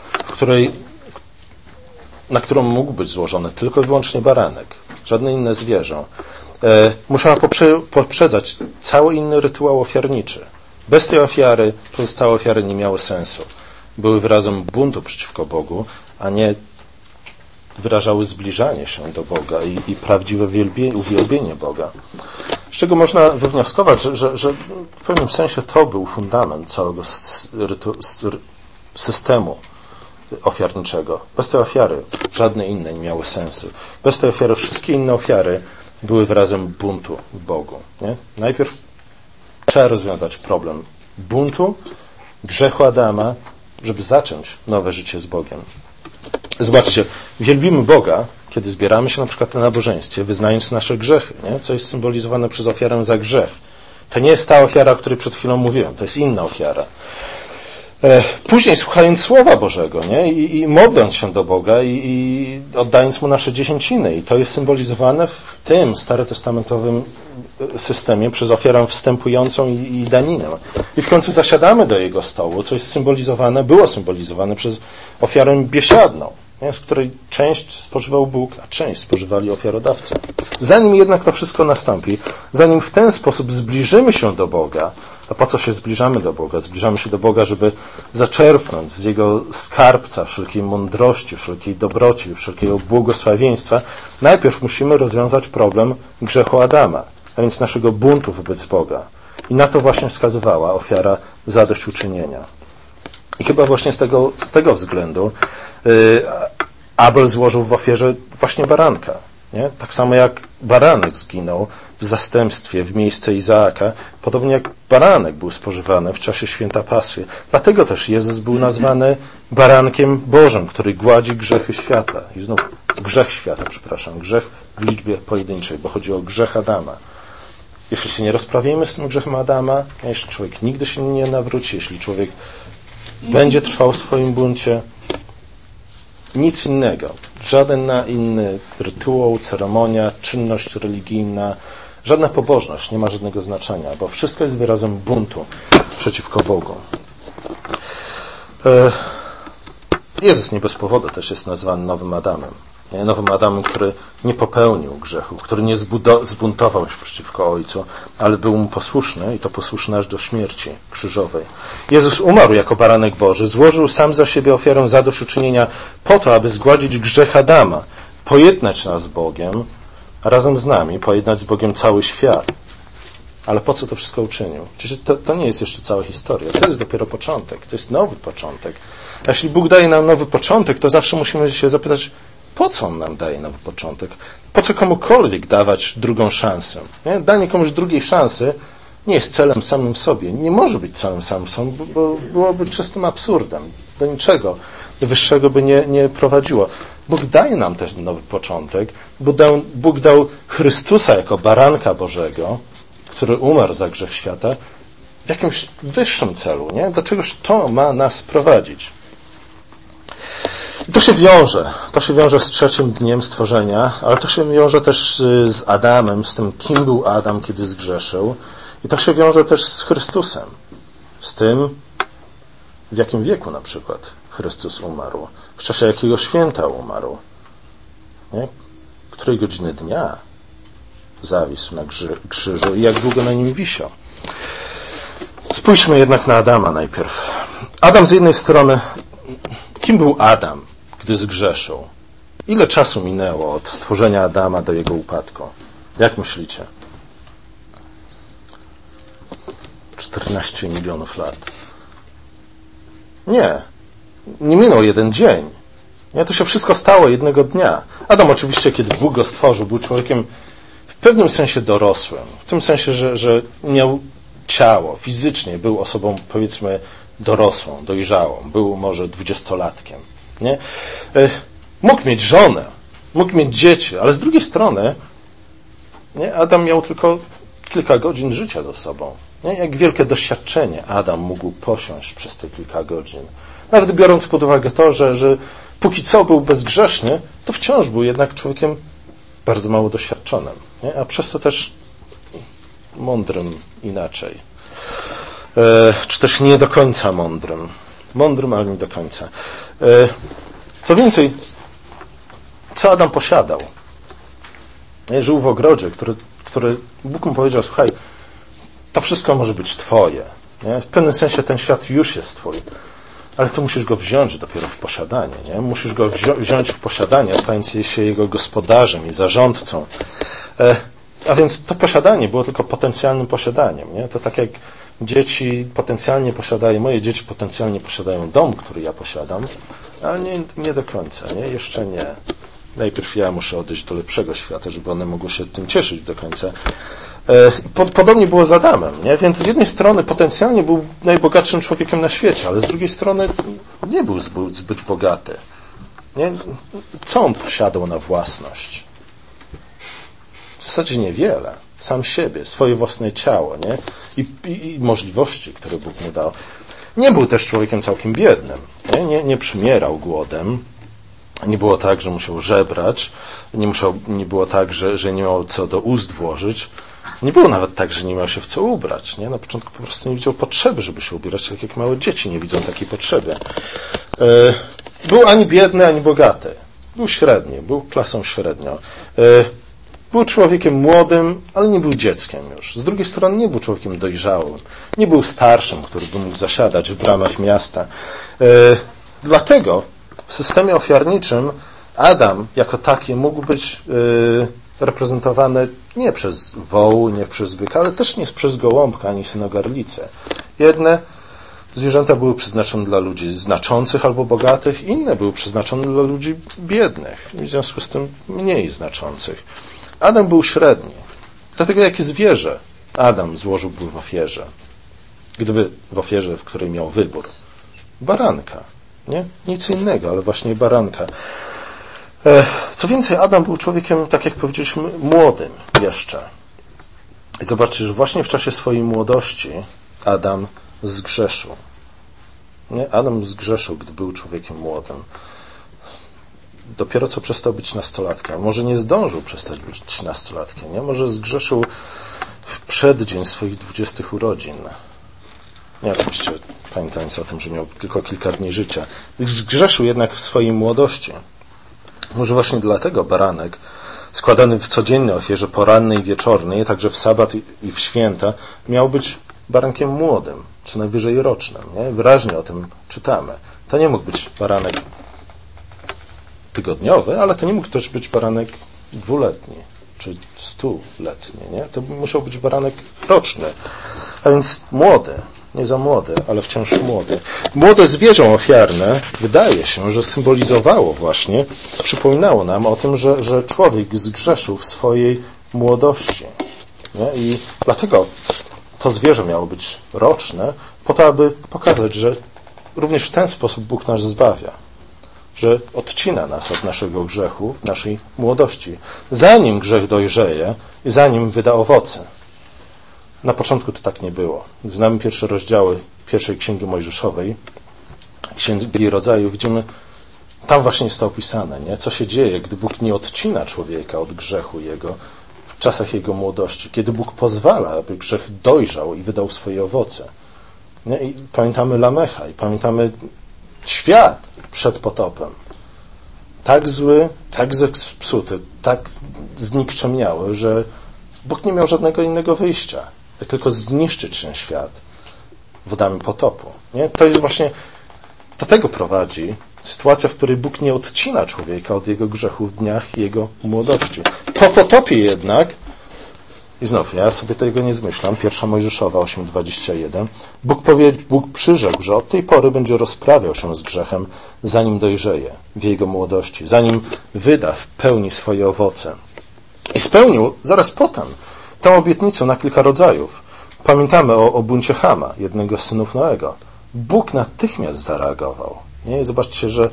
na którą mógł być złożony tylko i wyłącznie baranek, żadne inne zwierzę, musiała poprzedzać cały inny rytuał ofiarniczy. Bez tej ofiary pozostałe ofiary nie miały sensu. Były wyrazem buntu przeciwko Bogu, a nie wyrażały zbliżanie się do Boga i prawdziwe uwielbienie Boga. Z czego można wywnioskować, że w pewnym sensie to był fundament całego systemu ofiarniczego. Bez tej ofiary żadne inne nie miały sensu. Bez tej ofiary wszystkie inne ofiary były wyrazem buntu w Bogu. Nie? Najpierw trzeba rozwiązać problem buntu, grzechu Adama, żeby zacząć nowe życie z Bogiem. Zobaczcie, wielbimy Boga, kiedy zbieramy się na przykład na nabożeństwie, wyznając nasze grzechy, nie? Co jest symbolizowane przez ofiarę za grzech. To nie jest ta ofiara, o której przed chwilą mówiłem, to jest inna ofiara. Później słuchając Słowa Bożego, nie? I modląc się do Boga i oddając Mu nasze dziesięciny. I to jest symbolizowane w tym starotestamentowym systemie przez ofiarę wstępującą i daninę. I w końcu zasiadamy do Jego stołu, co jest było symbolizowane przez ofiarę biesiadną, nie? Z której część spożywał Bóg, a część spożywali ofiarodawcy. Zanim jednak to wszystko nastąpi, zanim w ten sposób zbliżymy się do Boga, a po co się zbliżamy do Boga? Zbliżamy się do Boga, żeby zaczerpnąć z Jego skarbca wszelkiej mądrości, wszelkiej dobroci, wszelkiego błogosławieństwa. Najpierw musimy rozwiązać problem grzechu Adama, a więc naszego buntu wobec Boga. I na to właśnie wskazywała ofiara zadośćuczynienia. I chyba właśnie z tego względu Abel złożył w ofierze właśnie baranka. Nie? Tak samo jak baranek zginął w zastępstwie w miejsce Izaaka, podobnie jak baranek był spożywany w czasie święta Pasji. Dlatego też Jezus był nazwany barankiem Bożym, który gładzi grzechy świata. I znów grzech w liczbie pojedynczej, bo chodzi o grzech Adama. Jeśli się nie rozprawimy z tym grzechem Adama, jeśli człowiek nigdy się nie nawróci, jeśli człowiek będzie trwał w swoim buncie, nic innego, żaden inny rytuał, ceremonia, czynność religijna, żadna pobożność nie ma żadnego znaczenia, bo wszystko jest wyrazem buntu przeciwko Bogu. Jezus nie bez powodu też jest nazwany Nowym Adamem. Nowym Adamem, który nie popełnił grzechu, który nie zbuntował się przeciwko Ojcu, ale był mu posłuszny i to posłuszny aż do śmierci krzyżowej. Jezus umarł jako baranek Boży, złożył sam za siebie ofiarę zadośćuczynienia po to, aby zgładzić grzech Adama, pojednać nas z Bogiem, a razem z nami pojednać z Bogiem cały świat. Ale po co to wszystko uczynił? Przecież to nie jest jeszcze cała historia. To jest dopiero początek. To jest nowy początek. A jeśli Bóg daje nam nowy początek, to zawsze musimy się zapytać, po co On nam daje nowy początek? Po co komukolwiek dawać drugą szansę? Nie? Danie komuś drugiej szansy nie jest celem samym w sobie. Nie może być celem samym w sobie, bo byłoby czystym absurdem. Do niczego wyższego by nie prowadziło. Bóg daje nam też nowy początek. Bóg dał Chrystusa jako baranka Bożego, który umarł za grzech świata, w jakimś wyższym celu, nie? Do czegoś to ma nas prowadzić. I to się wiąże z trzecim dniem stworzenia, ale to się wiąże też z Adamem, z tym, kim był Adam, kiedy zgrzeszył. I to się wiąże też z Chrystusem, z tym, w jakim wieku na przykład Chrystus umarł, w czasie jakiego święta umarł, nie? Której godziny dnia zawisł na krzyżu i jak długo na nim wisiał. Spójrzmy jednak na Adama najpierw. Adam z jednej strony, kim był Adam, gdy zgrzeszył? Ile czasu minęło od stworzenia Adama do jego upadku? Jak myślicie? 14 milionów lat. Nie minął jeden dzień. Nie, to się wszystko stało jednego dnia. Adam oczywiście, kiedy Bóg go stworzył, był człowiekiem w pewnym sensie dorosłym. W tym sensie, że miał ciało, fizycznie był osobą, powiedzmy, dorosłą, dojrzałą. Był może 20-latkiem. Nie? Mógł mieć żonę, mógł mieć dzieci, ale z drugiej strony Adam miał tylko kilka godzin życia za sobą. Nie? Jak wielkie doświadczenie Adam mógł posiąść przez te kilka godzin. Nawet biorąc pod uwagę to, że póki co był bezgrzeszny, to wciąż był jednak człowiekiem bardzo mało doświadczonym. Nie? A przez to też mądrym inaczej. Czy też nie do końca mądrym. Mądrym, ale nie do końca. Co więcej, co Adam posiadał? Żył w ogrodzie, który Bóg mu powiedział, słuchaj, to wszystko może być twoje. Nie? W pewnym sensie ten świat już jest twój. Ale to musisz go wziąć dopiero w posiadanie. Nie? Musisz go wziąć w posiadanie, stając się jego gospodarzem i zarządcą. A więc to posiadanie było tylko potencjalnym posiadaniem. Nie? To tak jak dzieci potencjalnie posiadają, moje dzieci potencjalnie posiadają dom, który ja posiadam, ale nie do końca. Nie? Jeszcze nie. Najpierw ja muszę odejść do lepszego świata, żeby one mogły się tym cieszyć do końca. Podobnie było z Adamem, nie? Więc z jednej strony potencjalnie był najbogatszym człowiekiem na świecie, ale z drugiej strony nie był zbyt bogaty. Nie? Co on posiadał na własność? W zasadzie niewiele. Sam siebie, swoje własne ciało, nie? I możliwości, które Bóg mu dał. Nie był też człowiekiem całkiem biednym. Nie przymierał głodem. Nie było tak, że musiał żebrać. Nie było tak, że nie miał co do ust włożyć. Nie było nawet tak, że nie miał się w co ubrać. Nie? Na początku po prostu nie widział potrzeby, żeby się ubierać, tak jak małe dzieci nie widzą takiej potrzeby. Był ani biedny, ani bogaty. Był średni, był klasą średnią. Był człowiekiem młodym, ale nie był dzieckiem już. Z drugiej strony nie był człowiekiem dojrzałym. Nie był starszym, który by mógł zasiadać w bramach miasta. Dlatego w systemie ofiarniczym Adam jako taki mógł być reprezentowany nie przez woł, nie przez byka, ale też nie przez gołąbka ani synogarlicę. Jedne zwierzęta były przeznaczone dla ludzi znaczących albo bogatych, inne były przeznaczone dla ludzi biednych, w związku z tym mniej znaczących. Adam był średni. Dlatego jakie zwierzę Adam złożyłby w ofierze? Gdyby w ofierze, w której miał wybór. Baranka. Nie? Nic innego, ale właśnie baranka. Co więcej, Adam był człowiekiem, tak jak powiedzieliśmy, młodym jeszcze. I zobaczcie, że właśnie w czasie swojej młodości Adam zgrzeszył. Nie? Adam zgrzeszył, gdy był człowiekiem młodym. Dopiero co przestał być nastolatkiem. Może nie zdążył przestać być nastolatkiem. Nie? Może zgrzeszył w przeddzień swoich 20 urodzin. Nie, oczywiście pamiętając o tym, że miał tylko kilka dni życia. Zgrzeszył jednak w swojej młodości. Może właśnie dlatego baranek składany w codziennej ofierze porannej i wieczornej, także w sabat i w święta, miał być barankiem młodym, co najwyżej rocznym. Nie? Wyraźnie o tym czytamy. To nie mógł być baranek tygodniowy, ale to nie mógł też być baranek 2-letni, czy 100-letni. Nie? To musiał być baranek roczny, a więc młody. Nie za młody, ale wciąż młody. Młode zwierzę ofiarne, wydaje się, że symbolizowało właśnie, przypominało nam o tym, że człowiek zgrzeszył w swojej młodości. Nie? I dlatego to zwierzę miało być roczne, po to, aby pokazać, że również w ten sposób Bóg nas zbawia. że odcina nas od naszego grzechu w naszej młodości, zanim grzech dojrzeje i zanim wyda owoce. Na początku to tak nie było. Znamy pierwsze rozdziały pierwszej Księgi Mojżeszowej, Księgi Rodzaju, widzimy, tam właśnie jest to opisane, nie? Co się dzieje, gdy Bóg nie odcina człowieka od grzechu jego w czasach jego młodości, kiedy Bóg pozwala, aby grzech dojrzał i wydał swoje owoce. Nie? I pamiętamy Lamecha i pamiętamy świat przed potopem. Tak zły, tak zepsuty, tak znikczemiały, że Bóg nie miał żadnego innego wyjścia, jak tylko zniszczyć ten świat wodami potopu. Nie? To jest właśnie, do tego prowadzi sytuacja, w której Bóg nie odcina człowieka od jego grzechu w dniach jego młodości. Po potopie jednak, i znów, ja sobie tego nie zmyślam, 1 Mojżeszowa 8:21, Bóg przyrzekł, że od tej pory będzie rozprawiał się z grzechem, zanim dojrzeje w jego młodości, zanim wyda w pełni swoje owoce. I spełnił zaraz potem tę obietnicę na kilka rodzajów. Pamiętamy o buncie Chama, jednego z synów Noego. Bóg natychmiast zareagował. Nie? Zobaczcie, że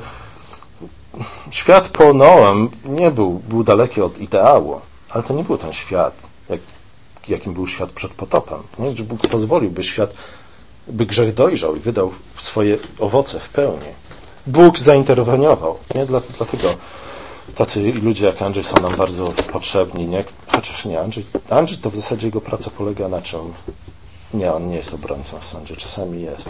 świat po Noem nie był daleki od ideału, ale to nie był ten świat, jakim był świat przed potopem. Nie? Że Bóg pozwolił, by grzech dojrzał i wydał swoje owoce w pełni. Bóg zainterweniował. Nie? Dlatego tacy ludzie jak Andrzej są nam bardzo potrzebni. Nie? Chociaż nie, Andrzej to w zasadzie jego praca polega na czym? Nie, on nie jest obrońcą w sądzie, czasami jest.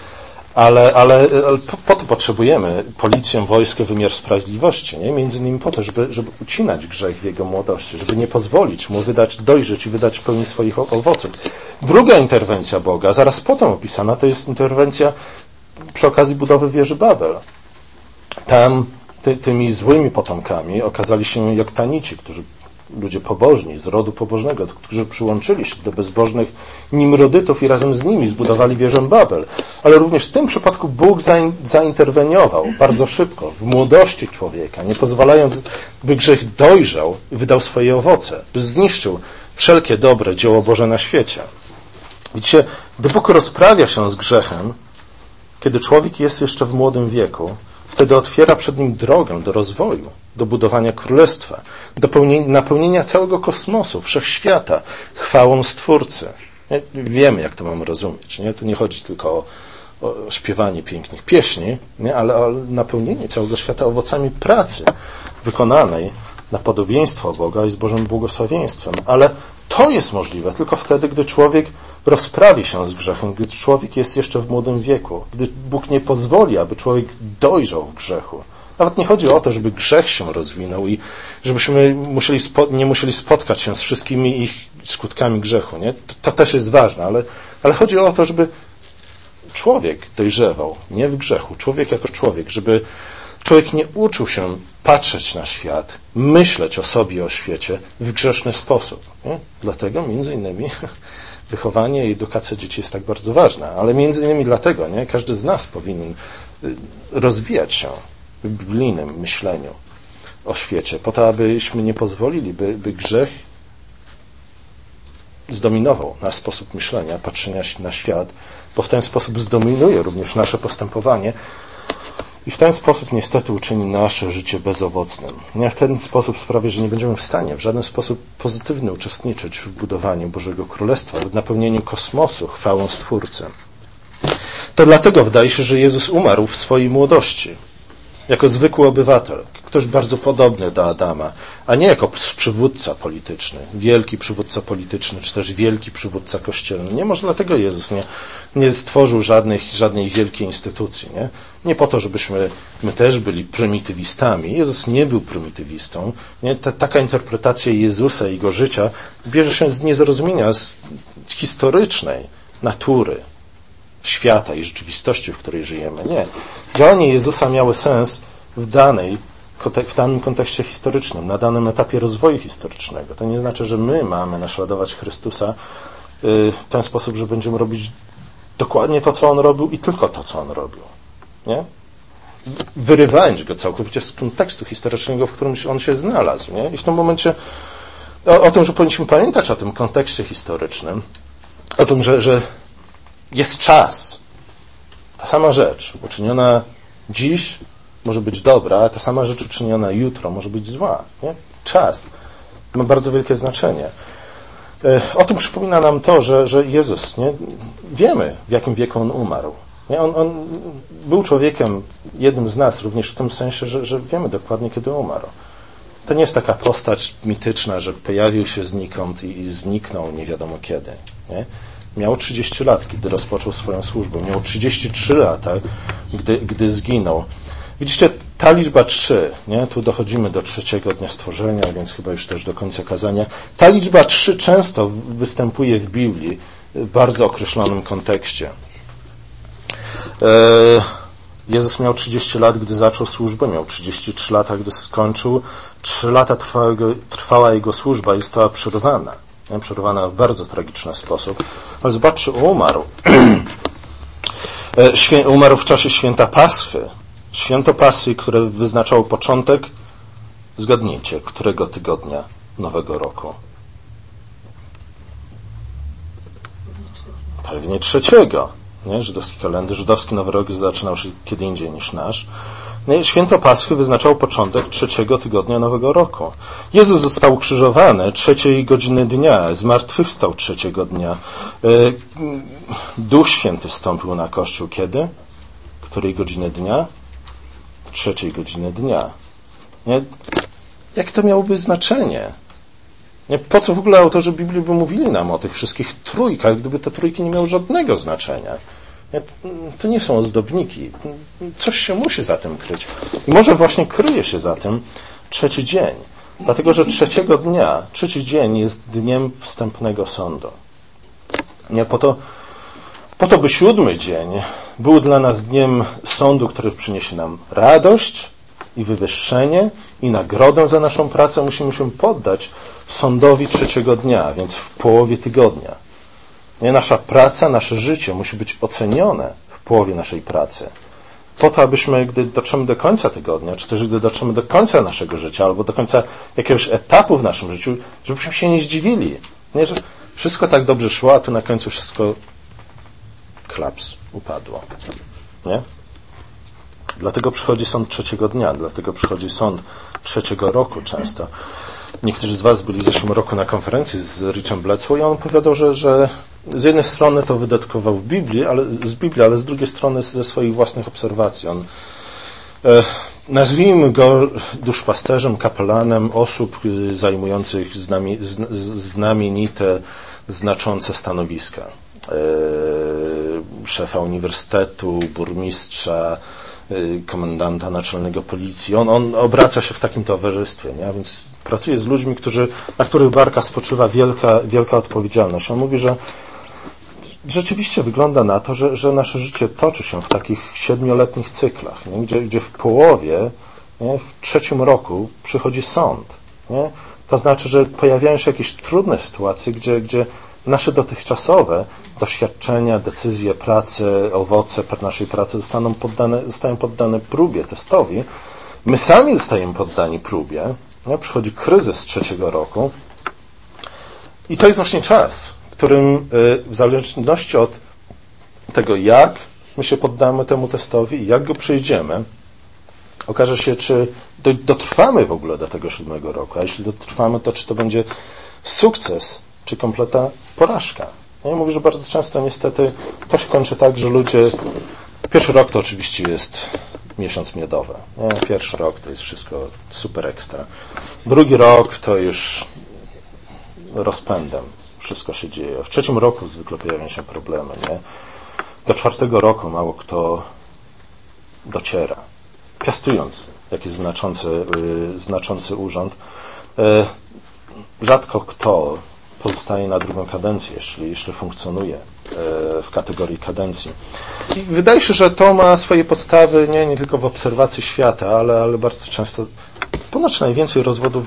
Ale po to potrzebujemy policję, wojsko, wymiar sprawiedliwości. Nie? Między innymi po to, żeby ucinać grzech w jego młodości, żeby nie pozwolić mu dojrzeć i wydać w pełni swoich owoców. Druga interwencja Boga, zaraz potem opisana, to jest interwencja przy okazji budowy wieży Babel. Tam tymi złymi potomkami okazali się Joktanici, ludzie pobożni, z rodu pobożnego, którzy przyłączyli się do bezbożnych Nimrodytów i razem z nimi zbudowali wieżę Babel. Ale również w tym przypadku Bóg zainterweniował bardzo szybko, w młodości człowieka, nie pozwalając, by grzech dojrzał i wydał swoje owoce, by zniszczył wszelkie dobre dzieło Boże na świecie. Widzicie, gdy Bóg rozprawia się z grzechem, kiedy człowiek jest jeszcze w młodym wieku, wtedy otwiera przed nim drogę do rozwoju, do budowania królestwa, do napełnienia całego kosmosu, wszechświata, chwałą Stwórcy. Wiemy, jak to mamy rozumieć. Nie? Tu nie chodzi tylko o śpiewanie pięknych pieśni, nie? Ale o napełnienie całego świata owocami pracy wykonanej na podobieństwo Boga i z Bożym błogosławieństwem. Ale to jest możliwe tylko wtedy, gdy człowiek rozprawi się z grzechem, gdy człowiek jest jeszcze w młodym wieku, gdy Bóg nie pozwoli, aby człowiek dojrzał w grzechu. Nawet nie chodzi o to, żeby grzech się rozwinął i żebyśmy nie musieli spotkać się z wszystkimi ich skutkami grzechu. Nie? To też jest ważne, ale chodzi o to, żeby człowiek dojrzewał, nie w grzechu. Człowiek jako człowiek, żeby człowiek nie uczył się patrzeć na świat, myśleć o sobie i o świecie w grzeszny sposób. Nie? Dlatego między innymi wychowanie i edukacja dzieci jest tak bardzo ważna, ale między innymi dlatego każdy z nas powinien rozwijać się w biblijnym myśleniu o świecie, po to, abyśmy nie pozwolili, by grzech zdominował nasz sposób myślenia, patrzenia na świat, bo w ten sposób zdominuje również nasze postępowanie i w ten sposób niestety uczyni nasze życie bezowocnym. W ten sposób sprawi, że nie będziemy w stanie w żaden sposób pozytywny uczestniczyć w budowaniu Bożego Królestwa, w napełnieniu kosmosu chwałą Stwórcy. To dlatego wydaje się, że Jezus umarł w swojej młodości, jako zwykły obywatel, ktoś bardzo podobny do Adama, a nie jako przywódca polityczny, wielki przywódca polityczny, czy też wielki przywódca kościelny. Nie może dlatego Jezus nie stworzył żadnej wielkiej instytucji. Nie po to, żebyśmy my też byli prymitywistami. Jezus nie był prymitywistą. Taka interpretacja Jezusa i Jego życia bierze się z niezrozumienia z historycznej natury świata i rzeczywistości, w której żyjemy. Nie. Działania Jezusa miały sens w danym kontekście historycznym, na danym etapie rozwoju historycznego. To nie znaczy, że my mamy naśladować Chrystusa w ten sposób, że będziemy robić dokładnie to, co On robił i tylko to, co On robił. Nie? Wyrywając go całkowicie z kontekstu historycznego, w którym On się znalazł. Nie? I w tym momencie o tym, że powinniśmy pamiętać o tym kontekście historycznym, o tym, że jest czas, ta sama rzecz uczyniona dziś może być dobra, a ta sama rzecz uczyniona jutro może być zła. Nie? Czas ma bardzo wielkie znaczenie. O tym przypomina nam to, że Jezus, nie? Wiemy, w jakim wieku On umarł. Nie? On był człowiekiem, jednym z nas, również w tym sensie, że wiemy dokładnie, kiedy umarł. To nie jest taka postać mityczna, że pojawił się znikąd i zniknął nie wiadomo kiedy. Nie? Miał 30 lat, kiedy rozpoczął swoją służbę. Miał 33 lata, gdy zginął. Widzicie, ta liczba 3, nie? Tu dochodzimy do 3. dnia stworzenia, więc chyba już też do końca kazania. Ta liczba 3 często występuje w Biblii w bardzo określonym kontekście. Jezus miał 30 lat, gdy zaczął służbę, miał 33 lata, gdy skończył. 3 lata trwała jego służba i została przerwana. Przerwana w bardzo tragiczny sposób. Ale zobaczcie, umarł. Umarł w czasie święta Paschy. Święto Paschy, które wyznaczało początek, zgadnijcie, którego tygodnia Nowego Roku? Pewnie 3. Nie? Żydowski kalendarz, żydowski Nowy Rok zaczynał się kiedy indziej niż nasz. Święto Paschy wyznaczało początek 3. tygodnia Nowego Roku. Jezus został ukrzyżowany 3. godziny dnia, zmartwychwstał 3. dnia. Duch Święty wstąpił na Kościół kiedy? Której godziny dnia? 3. godziny dnia. Nie? Jak to miałoby znaczenie? Nie? Po co w ogóle autorzy Biblii by mówili nam o tych wszystkich trójkach, gdyby te trójki nie miały żadnego znaczenia? Nie? To nie są ozdobniki. Coś się musi za tym kryć. I może właśnie kryje się za tym 3. dzień. Dlatego, że 3. dnia, 3. dzień jest dniem wstępnego sądu. Nie? Po to, by 7. dzień był dla nas dniem sądu, który przyniesie nam radość i wywyższenie i nagrodę za naszą pracę, musimy się poddać sądowi 3. dnia, więc w połowie tygodnia. Nie? Nasza praca, nasze życie musi być ocenione w połowie naszej pracy. Po to, abyśmy, gdy dotrzemy do końca tygodnia, czy też gdy dotrzemy do końca naszego życia, albo do końca jakiegoś etapu w naszym życiu, żebyśmy się nie zdziwili. Nie? Że wszystko tak dobrze szło, a tu na końcu wszystko klaps, upadło. Nie? Dlatego przychodzi sąd 3. dnia, dlatego przychodzi sąd 3. roku często. Niektórzy z was byli w zeszłym roku na konferencji z Richem Bledsoe i on opowiadał, że z jednej strony to wydatkował z Biblii, ale z drugiej strony ze swoich własnych obserwacji. On, nazwijmy go duszpasterzem, kapelanem osób zajmujących znamienite, znaczące stanowiska. Szefa uniwersytetu, burmistrza, komendanta naczelnego policji. On obraca się w takim towarzystwie, nie? A więc pracuje z ludźmi, na których barkach spoczywa wielka odpowiedzialność. On mówi, że rzeczywiście wygląda na to, że nasze życie toczy się w takich 7-letnich cyklach, nie? Gdzie w połowie, nie? W 3. roku przychodzi sąd. Nie? To znaczy, że pojawiają się jakieś trudne sytuacje, gdzie nasze dotychczasowe doświadczenia, decyzje, prace, owoce naszej pracy zostają poddane próbie, testowi. My sami zostajemy poddani próbie. Nie? Przychodzi kryzys 3. roku. I to jest właśnie czas, w którym w zależności od tego, jak my się poddamy temu testowi i jak go przejdziemy, okaże się, czy dotrwamy w ogóle do tego 7. roku. A jeśli dotrwamy, to czy to będzie sukces, czy kompletna porażka. Ja mówię, że bardzo często niestety to się kończy tak, że ludzie... Pierwszy rok to oczywiście jest miesiąc miodowy. Nie? Pierwszy rok to jest wszystko super ekstra. Drugi rok to już rozpędem wszystko się dzieje. W 3. roku zwykle pojawiają się problemy. Nie? Do 4. roku mało kto dociera. Piastując jakiś znaczący urząd, rzadko kto pozostaje na drugą kadencję, jeśli funkcjonuje w kategorii kadencji. I wydaje się, że to ma swoje podstawy nie tylko w obserwacji świata, ale bardzo często, ponoć najwięcej rozwodów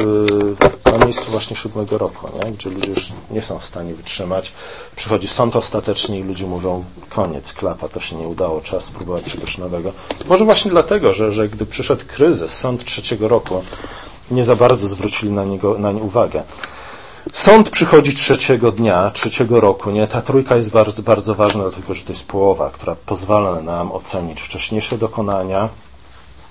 ma miejsce właśnie 7. roku, nie? Gdzie ludzie już nie są w stanie wytrzymać. Przychodzi sąd ostateczny i ludzie mówią, koniec, klapa, to się nie udało, trzeba spróbować czegoś nowego. Może właśnie dlatego, że gdy przyszedł kryzys, sąd 3. roku, nie za bardzo zwrócili nań uwagę. Sąd przychodzi 3. dnia, 3. roku. Nie? Ta trójka jest bardzo, bardzo ważna, dlatego że to jest połowa, która pozwala nam ocenić wcześniejsze dokonania,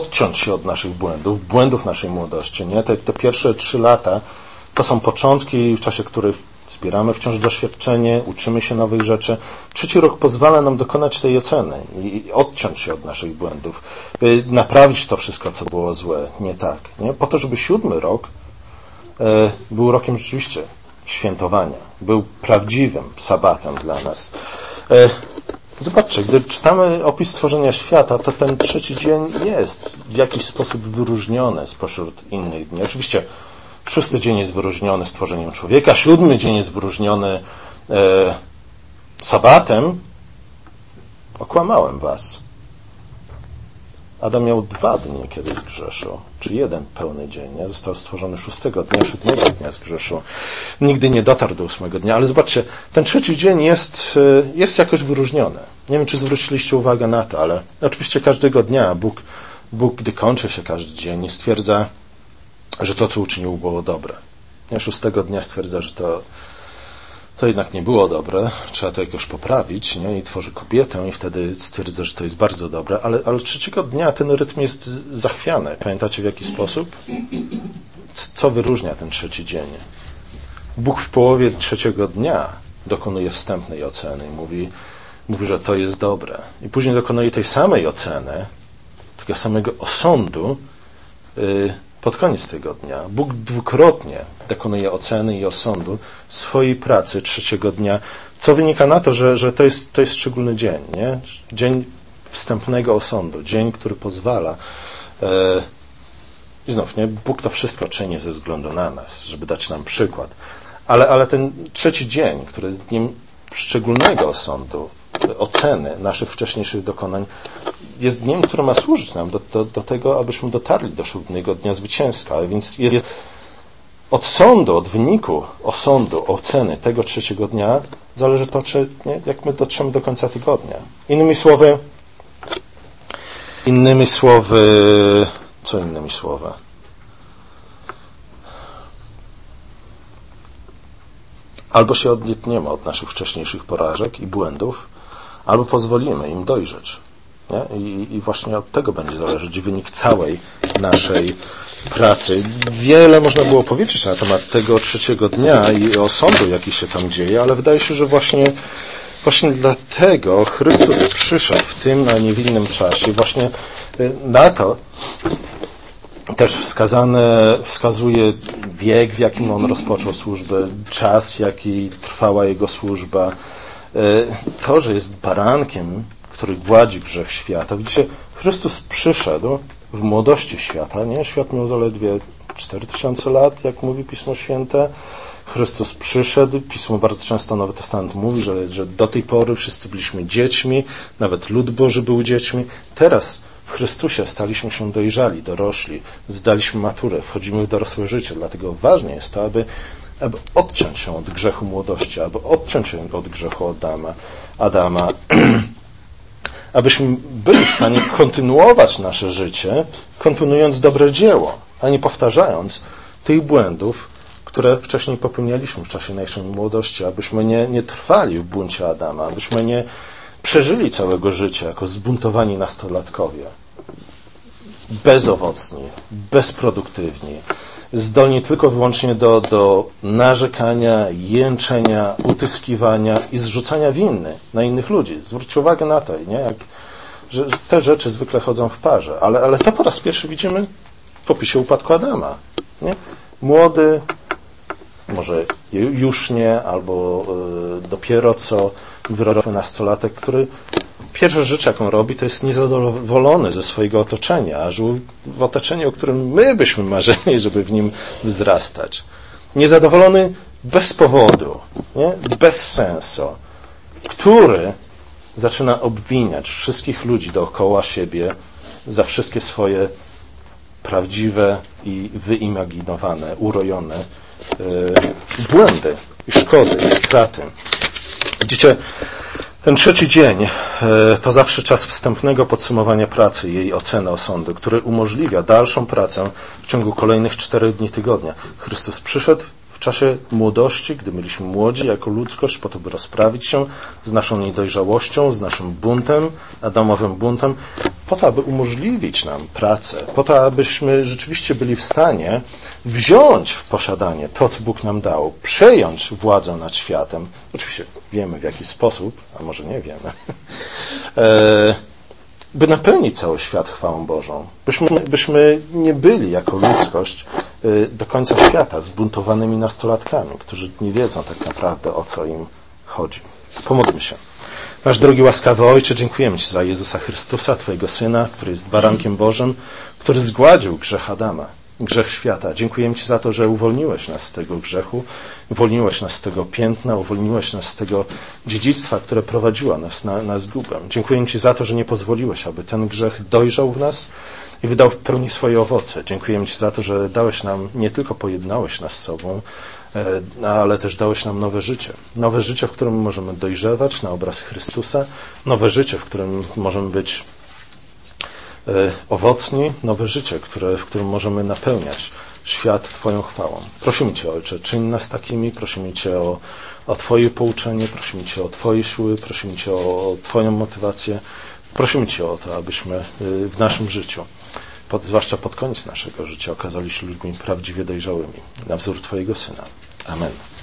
odciąć się od naszych błędów naszej młodości. Nie? Te pierwsze 3 lata to są początki, w czasie których zbieramy wciąż doświadczenie, uczymy się nowych rzeczy. 3. rok pozwala nam dokonać tej oceny i odciąć się od naszych błędów, naprawić to wszystko, co było złe, nie tak. Nie? Po to, żeby 7. rok był rokiem rzeczywiście świętowania, był prawdziwym sabbatem dla nas. Zobaczcie, gdy czytamy opis stworzenia świata, to ten 3. dzień jest w jakiś sposób wyróżniony spośród innych dni. Oczywiście 6. dzień jest wyróżniony stworzeniem człowieka, 7. dzień jest wyróżniony sabbatem. Okłamałem was. Adam miał 2 dni, kiedy zgrzeszył, czy 1 pełny dzień. Nie? Został stworzony 6. dnia, 7. dnia zgrzeszył. Nigdy nie dotarł do 8. dnia, ale zobaczcie, ten 3. dzień jest jakoś wyróżniony. Nie wiem, czy zwróciliście uwagę na to, ale oczywiście każdego dnia Bóg, gdy kończy się każdy dzień, stwierdza, że to, co uczynił, było dobre. 6. dnia stwierdza, że to jednak nie było dobre, trzeba to jakoś poprawić, nie? I tworzy kobietę i wtedy stwierdza, że to jest bardzo dobre, ale 3. dnia ten rytm jest zachwiany. Pamiętacie w jaki sposób? Co wyróżnia ten 3. dzień? Bóg w połowie 3. dnia dokonuje wstępnej oceny i mówi, że to jest dobre. I później dokonuje tej samej oceny, tego samego osądu pod koniec tego dnia. Bóg 2-krotnie dokonuje oceny i osądu swojej pracy 3. dnia, co wynika na to, że to jest szczególny dzień. Nie? Dzień wstępnego osądu. Dzień, który pozwala i znów, nie? Bóg to wszystko czyni ze względu na nas, żeby dać nam przykład. Ale ten 3. dzień, który jest dniem szczególnego osądu, oceny naszych wcześniejszych dokonań, jest dniem, który ma służyć nam do tego, abyśmy dotarli do 7. dnia zwycięstwa. A więc jest od sądu, od wyniku osądu, oceny tego 3. dnia zależy to, jak my dotrzemy do końca tygodnia. Innymi słowy, co innymi słowy? Albo się odetniemy od naszych wcześniejszych porażek i błędów, albo pozwolimy im dojrzeć. Nie? I właśnie od tego będzie zależeć wynik całej naszej pracy. Wiele można było powiedzieć na temat tego 3. dnia i osądu, jaki się tam dzieje, ale wydaje się, że właśnie dlatego Chrystus przyszedł w tym na niewinnym czasie. Właśnie na to też wskazuje wiek, w jakim on rozpoczął służbę, czas, jaki trwała jego służba. To, że jest barankiem, który gładzi grzech świata. Widzicie, Chrystus przyszedł w młodości świata. Nie? Świat miał zaledwie 4000 lat, jak mówi Pismo Święte. Chrystus przyszedł. Pismo bardzo często, Nowy Testament mówi, że do tej pory wszyscy byliśmy dziećmi, nawet lud Boży był dziećmi. Teraz w Chrystusie staliśmy się dojrzali, dorośli, zdaliśmy maturę, wchodzimy w dorosłe życie. Dlatego ważne jest to, aby odciąć się od grzechu młodości, aby odciąć się od grzechu Adama, abyśmy byli w stanie kontynuować nasze życie, kontynuując dobre dzieło, a nie powtarzając tych błędów, które wcześniej popełnialiśmy w czasie naszej młodości, abyśmy nie trwali w buncie Adama, abyśmy nie przeżyli całego życia jako zbuntowani nastolatkowie, bezowocni, bezproduktywni, zdolni tylko wyłącznie do narzekania, jęczenia, utyskiwania i zrzucania winy na innych ludzi. Zwróćcie uwagę na to, nie? Że te rzeczy zwykle chodzą w parze, ale to po raz pierwszy widzimy w opisie upadku Adama. Nie? Młody, może już nie, albo dopiero co wyrosły nastolatek, który pierwsza rzecz, jaką robi, to jest niezadowolony ze swojego otoczenia, a żył w otoczeniu, o którym my byśmy marzyli, żeby w nim wzrastać. Niezadowolony bez powodu, nie? Bez sensu, który zaczyna obwiniać wszystkich ludzi dookoła siebie za wszystkie swoje prawdziwe i wyimaginowane, urojone błędy i szkody i straty. Widzicie, ten 3. dzień to zawsze czas wstępnego podsumowania pracy i jej oceny osądu, który umożliwia dalszą pracę w ciągu kolejnych 4 dni tygodnia. Chrystus przyszedł w czasie młodości, gdy byliśmy młodzi jako ludzkość, po to, by rozprawić się z naszą niedojrzałością, z naszym buntem, Adamowym buntem po to, aby umożliwić nam pracę, po to, abyśmy rzeczywiście byli w stanie wziąć w posiadanie to, co Bóg nam dał, przejąć władzę nad światem. Oczywiście wiemy w jaki sposób, a może nie wiemy, by napełnić cały świat chwałą Bożą. Byśmy nie byli jako ludzkość do końca świata zbuntowanymi nastolatkami, którzy nie wiedzą tak naprawdę, o co im chodzi. Pomódlmy się. Nasz drogi łaskawy Ojcze, dziękujemy Ci za Jezusa Chrystusa, Twojego Syna, który jest barankiem Bożym, który zgładził grzech Adama, grzech świata. Dziękujemy Ci za to, że uwolniłeś nas z tego grzechu, uwolniłeś nas z tego piętna, uwolniłeś nas z tego dziedzictwa, które prowadziło nas na zgubę. Dziękujemy Ci za to, że nie pozwoliłeś, aby ten grzech dojrzał w nas i wydał w pełni swoje owoce. Dziękujemy Ci za to, że dałeś nam, nie tylko pojednałeś nas z sobą, ale też dałeś nam nowe życie. Nowe życie, w którym możemy dojrzewać na obraz Chrystusa, nowe życie, w którym możemy być owocni, nowe życie, w którym możemy napełniać świat Twoją chwałą. Prosimy Cię, Ojcze, czyń nas takimi, prosimy Cię o Twoje pouczenie, prosimy Cię o Twoje siły, prosimy Cię o Twoją motywację, prosimy Cię o to, abyśmy w naszym życiu, zwłaszcza pod koniec naszego życia, okazali się ludźmi prawdziwie dojrzałymi, na wzór Twojego Syna. Amen.